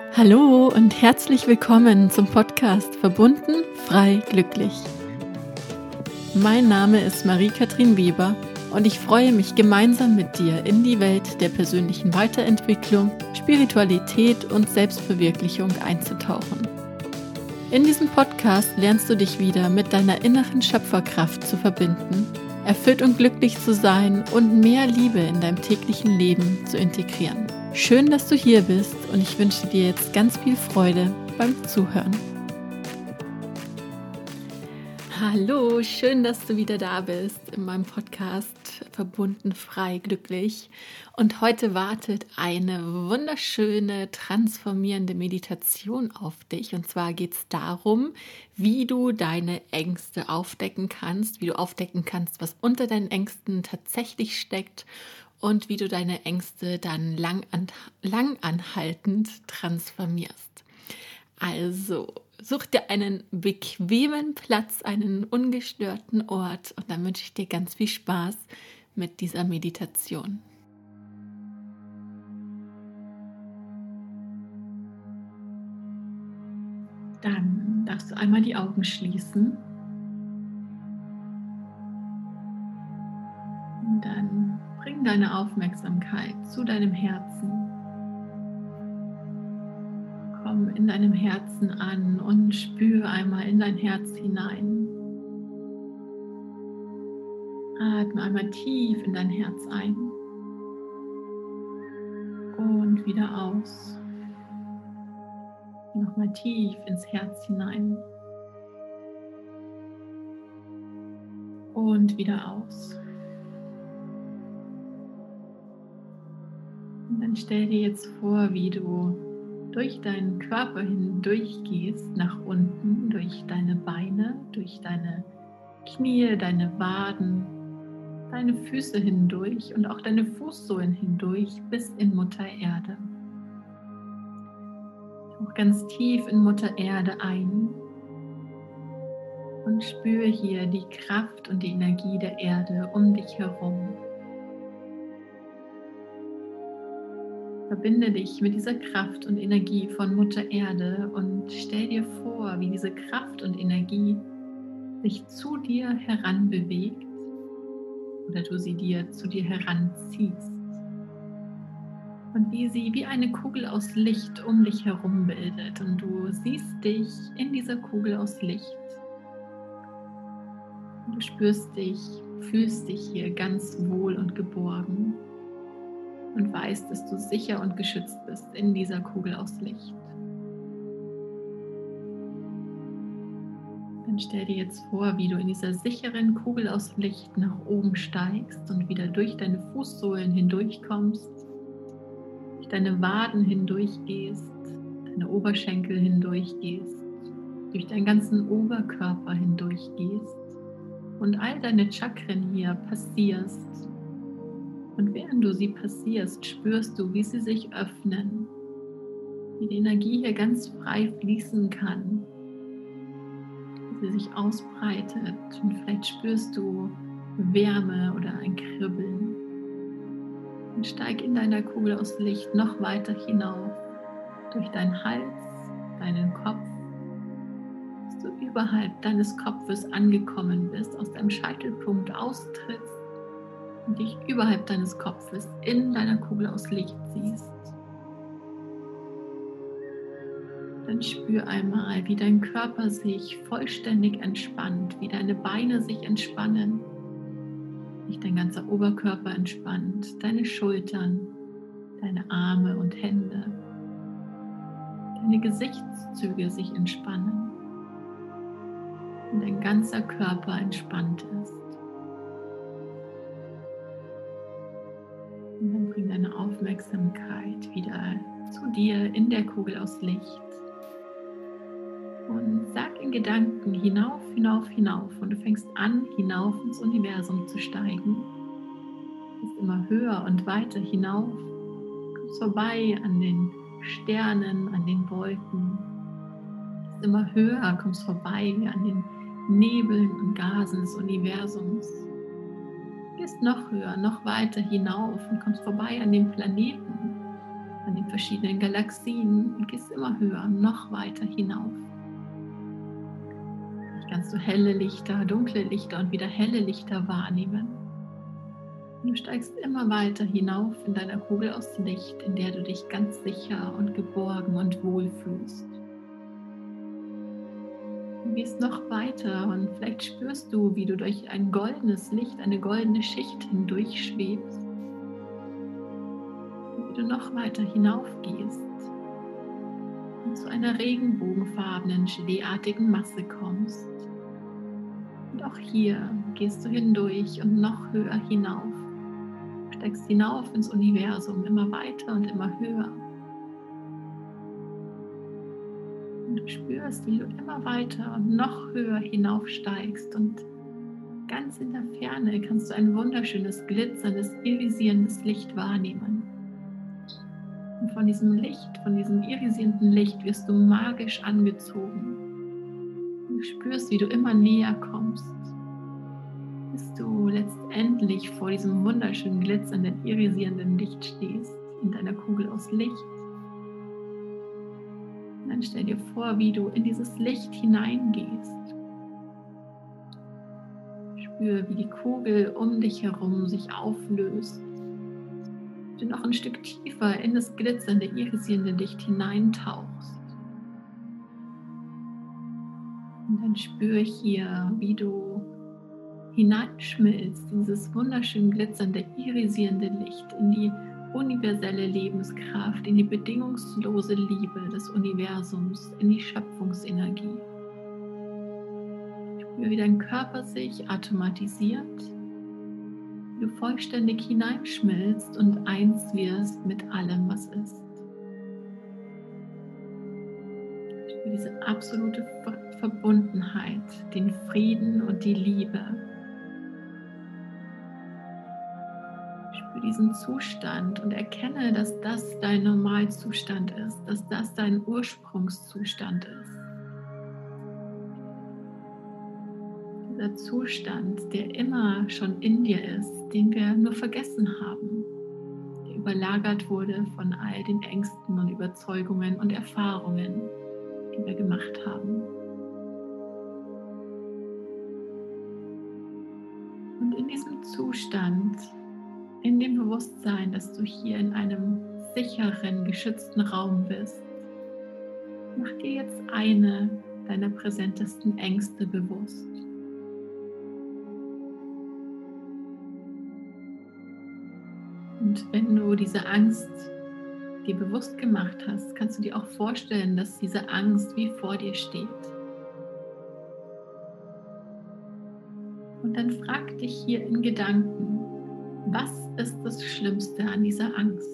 Hallo und herzlich willkommen zum Podcast Verbunden, frei, glücklich. Mein Name ist Marie-Kathrin Weber und ich freue mich, gemeinsam mit dir in die Welt der persönlichen Weiterentwicklung, Spiritualität und Selbstverwirklichung einzutauchen. In diesem Podcast lernst du dich wieder mit deiner inneren Schöpferkraft zu verbinden, erfüllt und glücklich zu sein und mehr Liebe in deinem täglichen Leben zu integrieren. Schön, dass du hier bist und ich wünsche dir jetzt ganz viel Freude beim Zuhören. Hallo, schön, dass du wieder da bist in meinem Podcast Verbunden, frei, glücklich. Und heute wartet eine wunderschöne, transformierende Meditation auf dich. Und zwar geht es darum, wie du deine Ängste aufdecken kannst, wie du aufdecken kannst, was unter deinen Ängsten tatsächlich steckt und wie du deine Ängste dann langanhaltend transformierst. Also such dir einen bequemen Platz, einen ungestörten Ort und dann wünsche ich dir ganz viel Spaß mit dieser Meditation. Dann darfst du einmal die Augen schließen und dann bring deine Aufmerksamkeit zu deinem Herzen. Komm in deinem Herzen an und spüre einmal in dein Herz hinein. Atme einmal tief in dein Herz ein und wieder aus. Nochmal tief ins Herz hinein und wieder aus. Und dann stell dir jetzt vor, wie du durch deinen Körper hindurch gehst, nach unten, durch deine Beine, durch deine Knie, deine Waden, deine Füße hindurch und auch deine Fußsohlen hindurch bis in Mutter Erde. Tauch ganz tief in Mutter Erde ein und spüre hier die Kraft und die Energie der Erde um dich herum. Verbinde dich mit dieser Kraft und Energie von Mutter Erde und stell dir vor, wie diese Kraft und Energie sich zu dir heranbewegt oder du sie zu dir heranziehst und wie sie wie eine Kugel aus Licht um dich herum bildet und du siehst dich in dieser Kugel aus Licht. Und du spürst dich, fühlst dich hier ganz wohl und geborgen und weißt, dass du sicher und geschützt bist in dieser Kugel aus Licht. Dann stell dir jetzt vor, wie du in dieser sicheren Kugel aus Licht nach oben steigst und wieder durch deine Fußsohlen hindurchkommst, durch deine Waden hindurchgehst, deine Oberschenkel hindurchgehst, durch deinen ganzen Oberkörper hindurchgehst und all deine Chakren hier passierst. Und während du sie passierst, spürst du, wie sie sich öffnen, wie die Energie hier ganz frei fließen kann, wie sie sich ausbreitet und vielleicht spürst du Wärme oder ein Kribbeln. Und steig in deiner Kugel aus Licht noch weiter hinauf, durch deinen Hals, deinen Kopf, bis du überhalb deines Kopfes angekommen bist, aus deinem Scheitelpunkt austrittst und dich überhalb deines Kopfes in deiner Kugel aus Licht siehst. Dann spür einmal, wie dein Körper sich vollständig entspannt, wie deine Beine sich entspannen, wie dein ganzer Oberkörper entspannt, deine Schultern, deine Arme und Hände, deine Gesichtszüge sich entspannen und dein ganzer Körper entspannt ist. Und dann bring deine Aufmerksamkeit wieder zu dir in der Kugel aus Licht. Und sag in Gedanken hinauf, hinauf, hinauf. Und du fängst an, hinauf ins Universum zu steigen. Du gehst immer höher und weiter hinauf. Du kommst vorbei an den Sternen, an den Wolken. Du gehst immer höher, kommst vorbei an den Nebeln und Gasen des Universums. Du gehst noch höher, noch weiter hinauf und kommst vorbei an den Planeten, an den verschiedenen Galaxien und gehst immer höher, noch weiter hinauf. Vielleicht kannst du helle Lichter, dunkle Lichter und wieder helle Lichter wahrnehmen. Und du steigst immer weiter hinauf in deiner Kugel aus Licht, in der du dich ganz sicher und geborgen und wohl fühlst. Du gehst noch weiter und vielleicht spürst du, wie du durch ein goldenes Licht, eine goldene Schicht hindurch schwebst. Und wie du noch weiter hinaufgehst und zu einer regenbogenfarbenen, geleeartigen Masse kommst. Und auch hier gehst du hindurch und noch höher hinauf. Du steigst hinauf ins Universum, immer weiter und immer höher. Und du spürst, wie du immer weiter und noch höher hinaufsteigst und ganz in der Ferne kannst du ein wunderschönes, glitzerndes, irisierendes Licht wahrnehmen. Und von diesem Licht, von diesem irisierenden Licht wirst du magisch angezogen. Und du spürst, wie du immer näher kommst, bis du letztendlich vor diesem wunderschönen, glitzernden, irisierenden Licht stehst, in deiner Kugel aus Licht. Dann stell dir vor, wie du in dieses Licht hineingehst. Spür, wie die Kugel um dich herum sich auflöst. Du noch ein Stück tiefer in das glitzernde, irisierende Licht hineintauchst. Und dann spür hier, wie du hineinschmilzt, dieses wunderschön glitzernde, irisierende Licht in die universelle Lebenskraft, in die bedingungslose Liebe des Universums, in die Schöpfungsenergie. Spür, wie dein Körper sich automatisiert, wie du vollständig hineinschmilzt und eins wirst mit allem, was ist. Spür diese absolute Verbundenheit, den Frieden und die Liebe. Spür diesen Zustand und erkenne, dass das dein Normalzustand ist, dass das dein Ursprungszustand ist. Dieser Zustand, der immer schon in dir ist, den wir nur vergessen haben, der überlagert wurde von all den Ängsten und Überzeugungen und Erfahrungen, die wir gemacht haben. Und in diesem Zustand, in dem Bewusstsein, dass du hier in einem sicheren, geschützten Raum bist, mach dir jetzt eine deiner präsentesten Ängste bewusst. Und wenn du diese Angst dir bewusst gemacht hast, kannst du dir auch vorstellen, dass diese Angst wie vor dir steht. Und dann frag dich hier in Gedanken, was ist das Schlimmste an dieser Angst?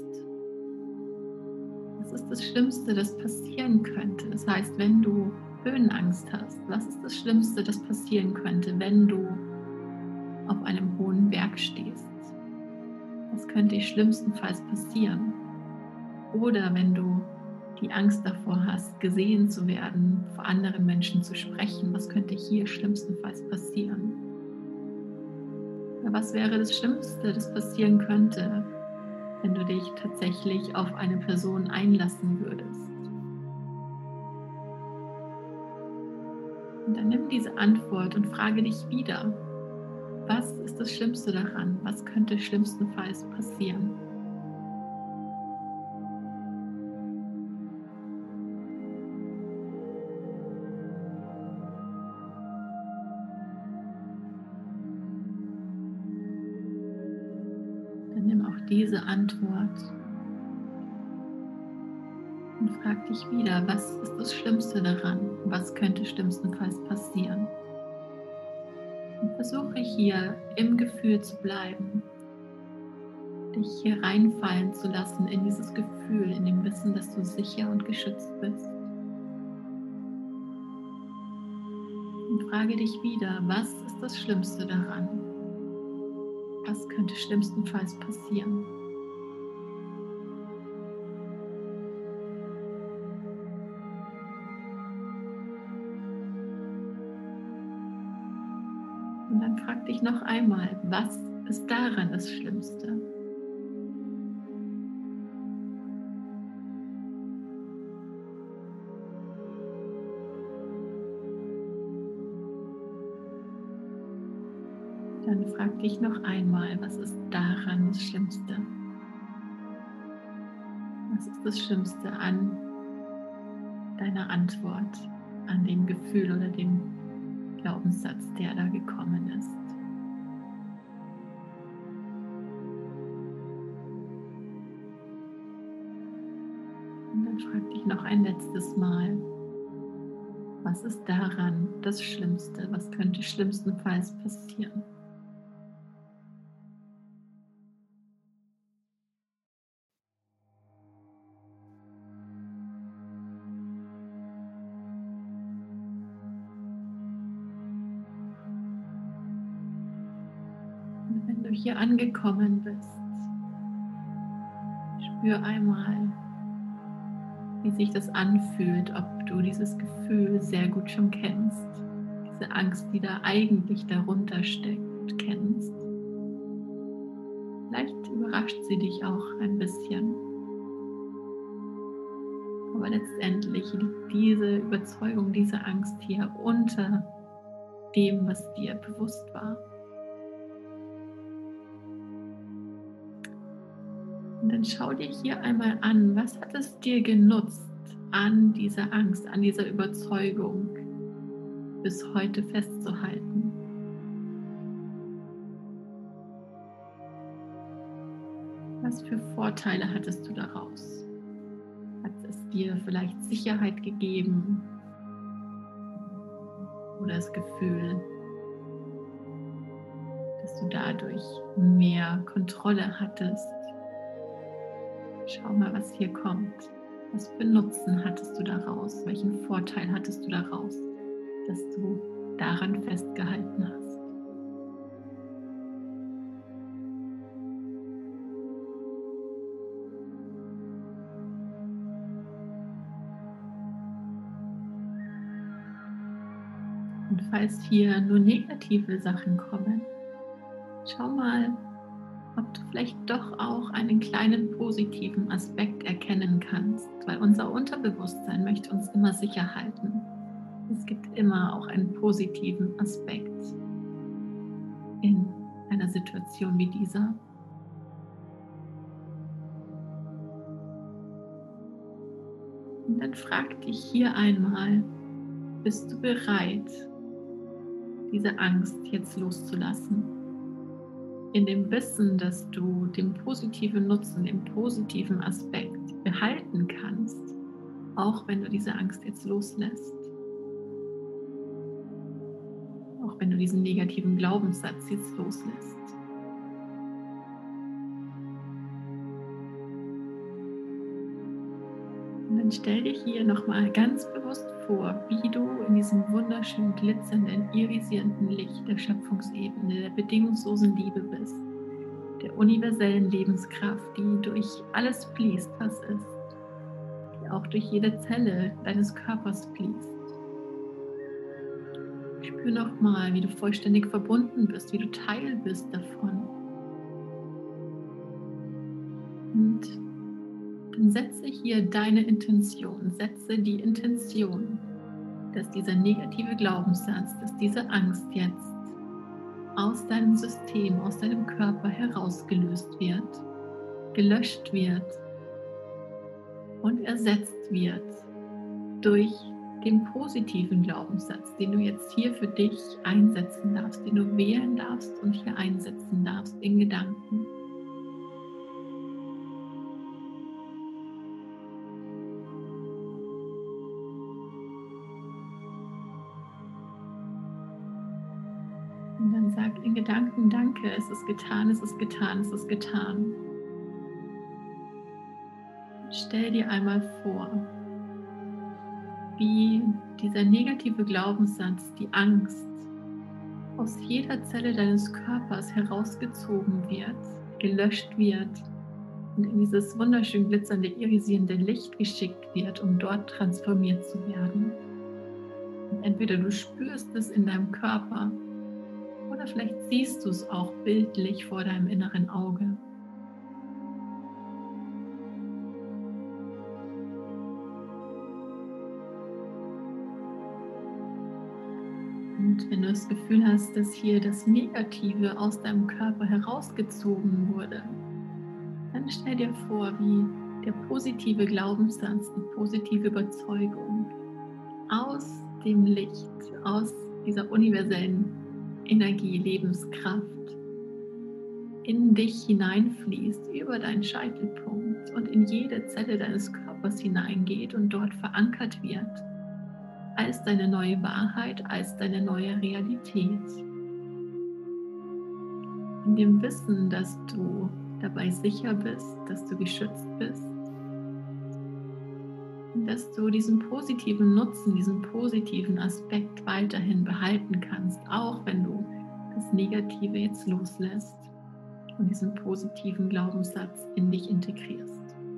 Was ist das Schlimmste, das passieren könnte? Das heißt, wenn du Höhenangst hast, was ist das Schlimmste, das passieren könnte, wenn du auf einem hohen Berg stehst? Was könnte dir schlimmstenfalls passieren? Oder wenn du die Angst davor hast, gesehen zu werden, vor anderen Menschen zu sprechen, was könnte hier schlimmstenfalls passieren? Oder was wäre das Schlimmste, das passieren könnte, wenn du dich tatsächlich auf eine Person einlassen würdest? Und dann nimm diese Antwort und frage dich wieder, was ist das Schlimmste daran? Was könnte schlimmstenfalls passieren? Dann nimm auch diese Antwort und frag dich wieder, was ist das Schlimmste daran? Was könnte schlimmstenfalls passieren? Und versuche hier im Gefühl zu bleiben, dich hier reinfallen zu lassen in dieses Gefühl, in dem Wissen, dass du sicher und geschützt bist. Und frage dich wieder, was ist das Schlimmste daran? Was könnte schlimmstenfalls passieren? Und dann frag dich noch einmal, was ist daran das Schlimmste? Dann frag dich noch einmal, was ist daran das Schlimmste? Was ist das Schlimmste an deiner Antwort, an dem Gefühl oder dem Glaubenssatz, der da gekommen ist? Und dann frag dich noch ein letztes Mal, was ist daran das Schlimmste? Was könnte schlimmstenfalls passieren? Und wenn du hier angekommen bist, spür einmal, wie sich das anfühlt, ob du dieses Gefühl sehr gut schon kennst, diese Angst, die da eigentlich darunter steckt, kennst. Vielleicht überrascht sie dich auch ein bisschen, aber letztendlich liegt diese Überzeugung, diese Angst hier unter dem, was dir bewusst war. Und dann schau dir hier einmal an, was hat es dir genutzt, an dieser Angst, an dieser Überzeugung bis heute festzuhalten? Was für Vorteile hattest du daraus? Hat es dir vielleicht Sicherheit gegeben oder das Gefühl, dass du dadurch mehr Kontrolle hattest? Schau mal, was hier kommt. Was für Nutzen hattest du daraus? Welchen Vorteil hattest du daraus, dass du daran festgehalten hast? Und falls hier nur negative Sachen kommen, schau mal, ob du vielleicht doch auch einen kleinen positiven Aspekt erkennen kannst, weil unser Unterbewusstsein möchte uns immer sicher halten. Es gibt immer auch einen positiven Aspekt in einer Situation wie dieser. Und dann frag dich hier einmal, bist du bereit, diese Angst jetzt loszulassen? In dem Wissen, dass du den positiven Nutzen, den positiven Aspekt behalten kannst, auch wenn du diese Angst jetzt loslässt. Auch wenn du diesen negativen Glaubenssatz jetzt loslässt. Und dann stell dir hier nochmal ganz bewusst vor, wie du in diesem wunderschön glitzernden, irisierenden Licht der Schöpfungsebene, der bedingungslosen Liebe bist, der universellen Lebenskraft, die durch alles fließt, was ist, die auch durch jede Zelle deines Körpers fließt. Spür nochmal, wie du vollständig verbunden bist, wie du Teil bist davon. Und dann setze hier deine Intention, setze die Intention, dass dieser negative Glaubenssatz, dass diese Angst jetzt aus deinem System, aus deinem Körper herausgelöst wird, gelöscht wird und ersetzt wird durch den positiven Glaubenssatz, den du jetzt hier für dich einsetzen darfst, den du wählen darfst und hier einsetzen darfst in Gedanken. Und dann sag in Gedanken, danke, es ist getan, es ist getan, es ist getan. Und stell dir einmal vor, wie dieser negative Glaubenssatz, die Angst, aus jeder Zelle deines Körpers herausgezogen wird, gelöscht wird und in dieses wunderschön glitzernde, irisierende Licht geschickt wird, um dort transformiert zu werden. Und entweder du spürst es in deinem Körper oder vielleicht siehst du es auch bildlich vor deinem inneren Auge. Und wenn du das Gefühl hast, dass hier das Negative aus deinem Körper herausgezogen wurde, dann stell dir vor, wie der positive Glaubenssatz, die positive Überzeugung aus dem Licht, aus dieser universellen Energie, Lebenskraft in dich hineinfließt, über deinen Scheitelpunkt und in jede Zelle deines Körpers hineingeht und dort verankert wird, als deine neue Wahrheit, als deine neue Realität. In dem Wissen, dass du dabei sicher bist, dass du geschützt bist, und dass du diesen positiven Nutzen, diesen positiven Aspekt weiterhin behalten kannst, auch wenn du das Negative jetzt loslässt und diesen positiven Glaubenssatz in dich integrierst.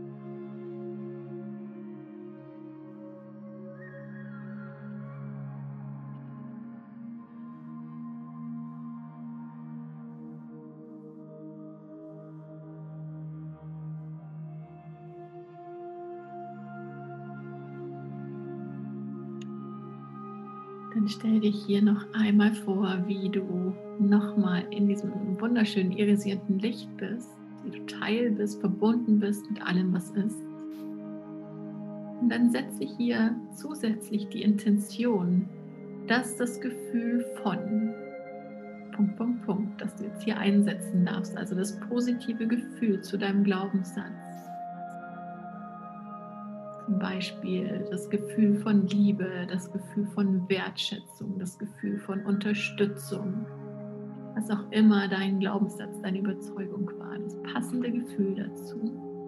Dann stell dich hier noch einmal vor, wie du nochmal in diesem wunderschönen irisierten Licht bist, wie du Teil bist, verbunden bist mit allem, was ist. Und dann setze hier zusätzlich die Intention, dass das Gefühl von das du jetzt hier einsetzen darfst, also das positive Gefühl zu deinem Glaubenssatz. Zum Beispiel das Gefühl von Liebe, das Gefühl von Wertschätzung, das Gefühl von Unterstützung, was auch immer dein Glaubenssatz, deine Überzeugung war, das passende Gefühl dazu.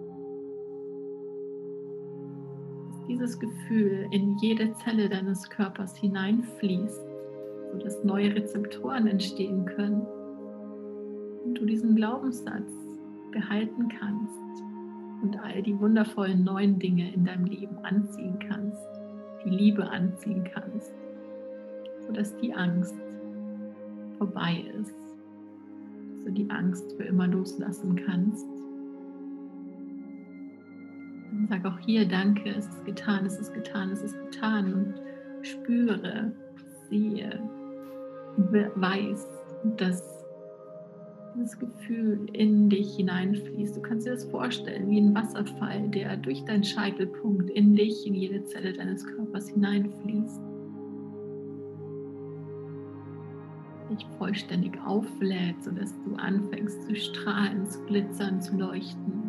Dass dieses Gefühl in jede Zelle deines Körpers hineinfließt, sodass neue Rezeptoren entstehen können und du diesen Glaubenssatz behalten kannst und all die wundervollen neuen Dinge in deinem Leben anziehen kannst, die Liebe anziehen kannst, sodass die Angst vorbei ist, dass du die Angst für immer loslassen kannst. Und sag auch hier Danke, es ist getan, es ist getan, es ist getan und spüre, sehe, weiß, dass dieses Gefühl in dich hineinfließt. Du kannst dir das vorstellen wie ein Wasserfall, der durch deinen Scheitelpunkt in dich, in jede Zelle deines Körpers hineinfließt. Dich vollständig auflädt, sodass du anfängst zu strahlen, zu glitzern, zu leuchten.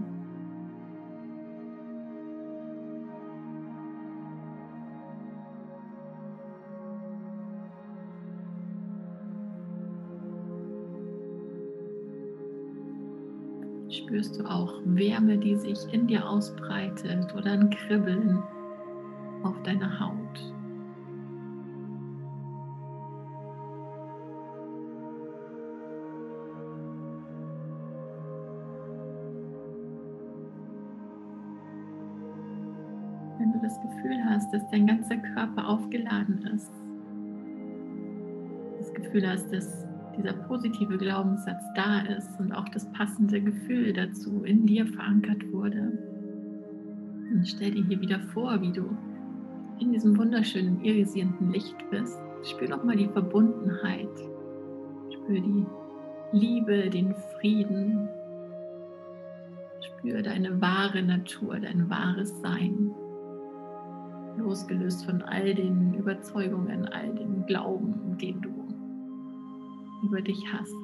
Spürst du auch Wärme, die sich in dir ausbreitet oder ein Kribbeln auf deiner Haut. Wenn du das Gefühl hast, dass dein ganzer Körper aufgeladen ist, das Gefühl hast, dass dieser positive Glaubenssatz da ist und auch das passende Gefühl dazu in dir verankert wurde. Und stell dir hier wieder vor, wie du in diesem wunderschönen irisierenden Licht bist. Spür nochmal die Verbundenheit. Spür die Liebe, den Frieden. Spür deine wahre Natur, dein wahres Sein. Losgelöst von all den Überzeugungen, all den Glauben, den du über dich hast.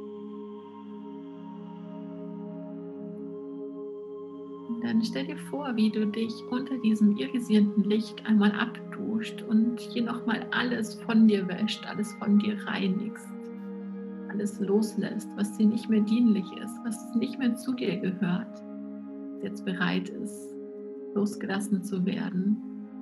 Und dann stell dir vor, wie du dich unter diesem irisierenden Licht einmal abduscht und hier nochmal alles von dir wäscht, alles von dir reinigst, alles loslässt, was dir nicht mehr dienlich ist, was nicht mehr zu dir gehört, was jetzt bereit ist, losgelassen zu werden.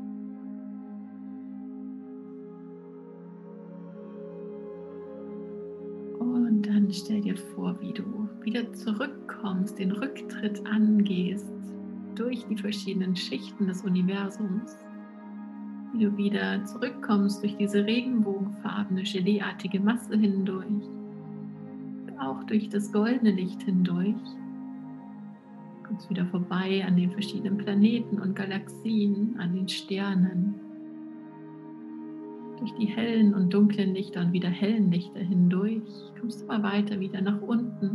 Und dann stell dir vor, wie du wieder zurückkommst, den Rücktritt angehst durch die verschiedenen Schichten des Universums. Wie du wieder zurückkommst durch diese regenbogenfarbene, geleeartige Masse hindurch, auch durch das goldene Licht hindurch. Du kommst wieder vorbei an den verschiedenen Planeten und Galaxien, an den Sternen. durch die hellen und dunklen Lichter und wieder hellen Lichter hindurch. Kommst immer weiter wieder nach unten,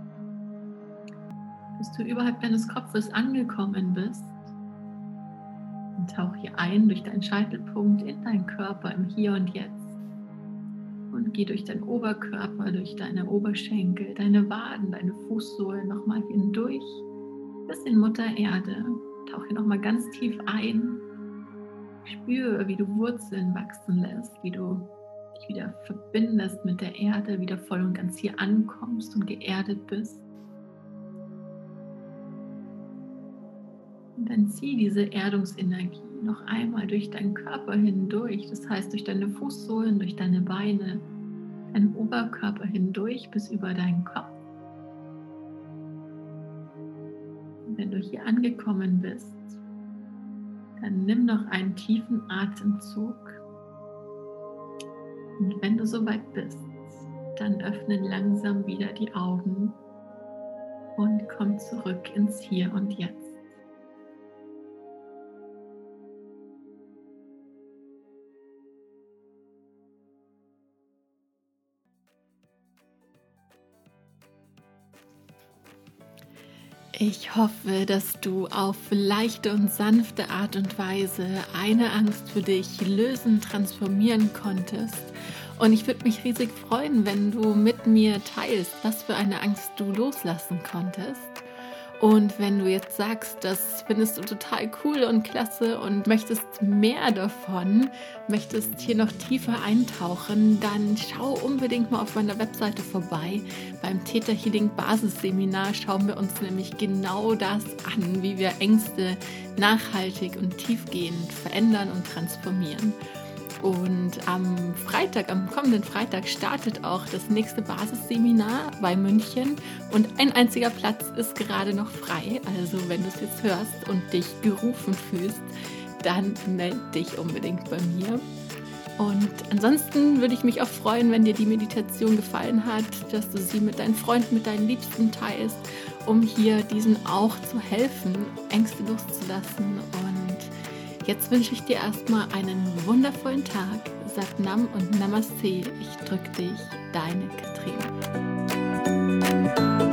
bis du überhalb deines Kopfes angekommen bist. Und tauch hier ein durch deinen Scheitelpunkt in deinen Körper im Hier und Jetzt. Und geh durch deinen Oberkörper, durch deine Oberschenkel, deine Waden, deine Fußsohlen nochmal hindurch bis in Mutter Erde. Tauch hier nochmal ganz tief ein. Spüre, wie du Wurzeln wachsen lässt, wie du dich wieder verbindest mit der Erde, wieder voll und ganz hier ankommst und geerdet bist. Und dann zieh diese Erdungsenergie noch einmal durch deinen Körper hindurch, das heißt durch deine Fußsohlen, durch deine Beine, deinen Oberkörper hindurch bis über deinen Kopf. Und wenn du hier angekommen bist, dann nimm noch einen tiefen Atemzug. Und wenn du soweit bist, dann öffne langsam wieder die Augen und komm zurück ins Hier und Jetzt. Ich hoffe, dass du auf leichte und sanfte Art und Weise eine Angst für dich lösen, transformieren konntest. Und ich würde mich riesig freuen, wenn du mit mir teilst, was für eine Angst du loslassen konntest. Und wenn du jetzt sagst, das findest du total cool und klasse und möchtest mehr davon, möchtest hier noch tiefer eintauchen, dann schau unbedingt mal auf meiner Webseite vorbei. Beim Theta Healing Basisseminar schauen wir uns nämlich genau das an, wie wir Ängste nachhaltig und tiefgehend verändern und transformieren. Und am kommenden Freitag startet auch das nächste Basisseminar bei München und ein einziger Platz ist gerade noch frei. Also wenn du es jetzt hörst und dich gerufen fühlst, dann melde dich unbedingt bei mir. Und ansonsten würde ich mich auch freuen, wenn dir die Meditation gefallen hat, dass du sie mit deinen Freunden, mit deinen Liebsten teilst, um hier diesen auch zu helfen, Ängste loszulassen. Und jetzt wünsche ich dir erstmal einen wundervollen Tag. Sat Nam und Namaste. Ich drück dich, deine Katrina.